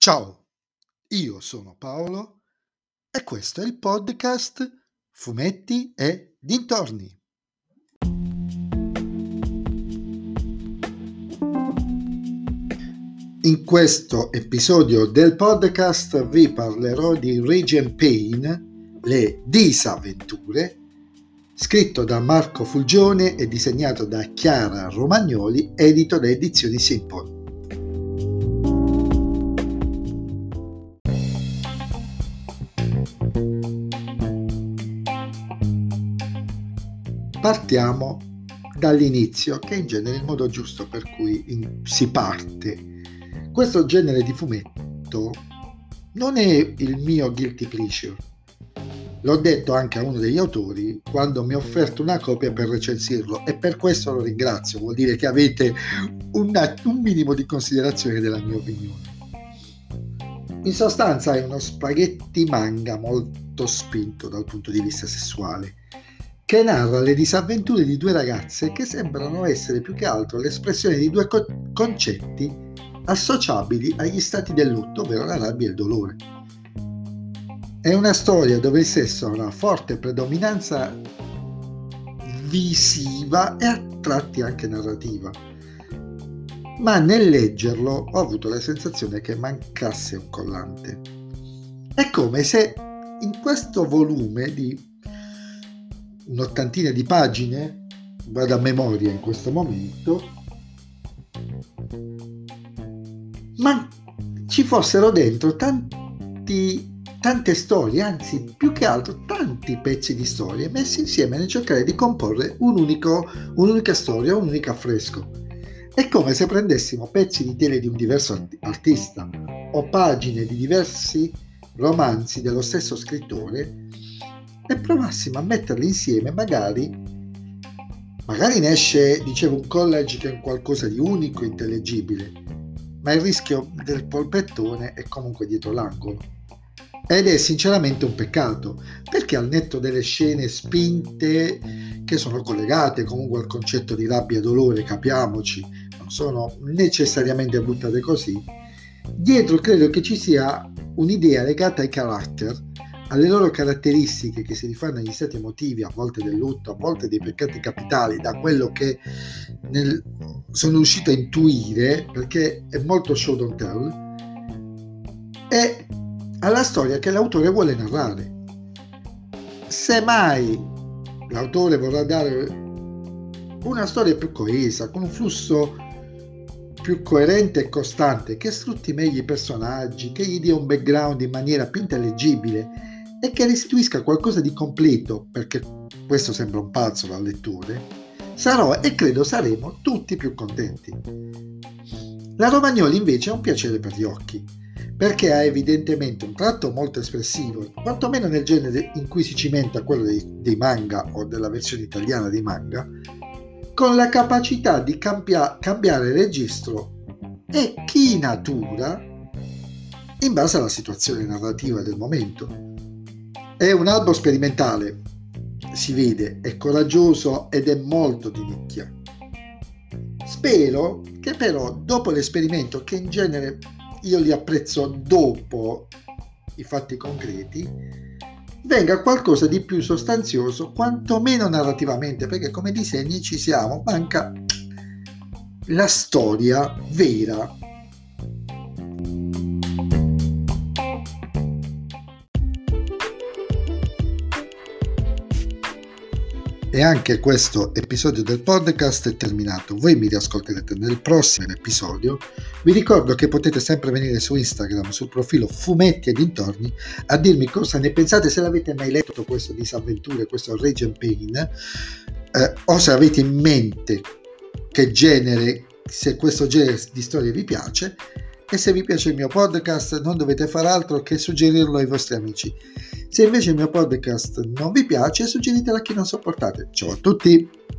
Ciao, io sono Paolo e questo è il podcast Fumetti e Dintorni. In questo episodio del podcast vi parlerò di Rage and Pain, le disavventure, scritto da Marco Fulgione e disegnato da Chiara Romagnoli, edito da Edizioni Simple. Partiamo dall'inizio, che è in genere il modo giusto per cui si parte. Questo genere di fumetto non è il mio guilty pleasure. L'ho detto anche a uno degli autori quando mi ha offerto una copia per recensirlo e per questo lo ringrazio, vuol dire che avete un minimo di considerazione della mia opinione. In sostanza è uno spaghetti manga molto spinto dal punto di vista sessuale, che narra le disavventure di due ragazze che sembrano essere più che altro l'espressione di due concetti associabili agli stati del lutto, ovvero la rabbia e il dolore. È una storia dove il sesso ha una forte predominanza visiva e a tratti anche narrativa, ma nel leggerlo ho avuto la sensazione che mancasse un collante. È come se in questo volume di un'ottantina di pagine, vado a memoria in questo momento, ma ci fossero dentro tante storie, anzi più che altro tanti pezzi di storie messi insieme nel cercare di comporre un'unica storia, un unico affresco. È come se prendessimo pezzi di tele di un diverso artista o pagine di diversi romanzi dello stesso scrittore e provassimo a metterli insieme. Magari ne esce, dicevo, un collage che è un qualcosa di unico, intellegibile, ma il rischio del polpettone è comunque dietro l'angolo. Ed è sinceramente un peccato, perché al netto delle scene spinte che sono collegate comunque al concetto di rabbia e dolore, capiamoci, non sono necessariamente buttate così, dietro credo che ci sia un'idea legata ai character, alle loro caratteristiche che si rifanno agli stati emotivi, a volte del lutto, a volte dei peccati capitali, da quello che sono riuscito a intuire, perché è molto show don't tell, e alla storia che l'autore vuole narrare. Semmai l'autore vorrà dare una storia più coesa, con un flusso più coerente e costante, che sfrutti meglio i personaggi, che gli dia un background in maniera più intellegibile e che restituisca qualcosa di completo, perché questo sembra un pazzo dal lettore, sarò e credo saremo tutti più contenti. La Romagnoli invece è un piacere per gli occhi, perché ha evidentemente un tratto molto espressivo, quantomeno nel genere in cui si cimenta quello dei manga o della versione italiana dei manga, con la capacità di cambiare registro e chinatura in base alla situazione narrativa del momento. È un albo sperimentale, si vede, è coraggioso ed è molto di nicchia. Spero che però dopo l'esperimento, che in genere io li apprezzo dopo i fatti concreti, venga qualcosa di più sostanzioso, quantomeno narrativamente, perché come disegni ci siamo, manca la storia vera. E anche questo episodio del podcast è terminato. Voi mi riascolterete nel prossimo episodio. Vi ricordo che potete sempre venire su Instagram, sul profilo Fumetti e Dintorni, a dirmi cosa ne pensate, se l'avete mai letto questo disavventure, questo Rage and Pain, o se avete in mente che genere, se questo genere di storie vi piace. E se vi piace il mio podcast non dovete far altro che suggerirlo ai vostri amici. Se invece il mio podcast non vi piace, suggeritelo a chi non sopportate. Ciao a tutti!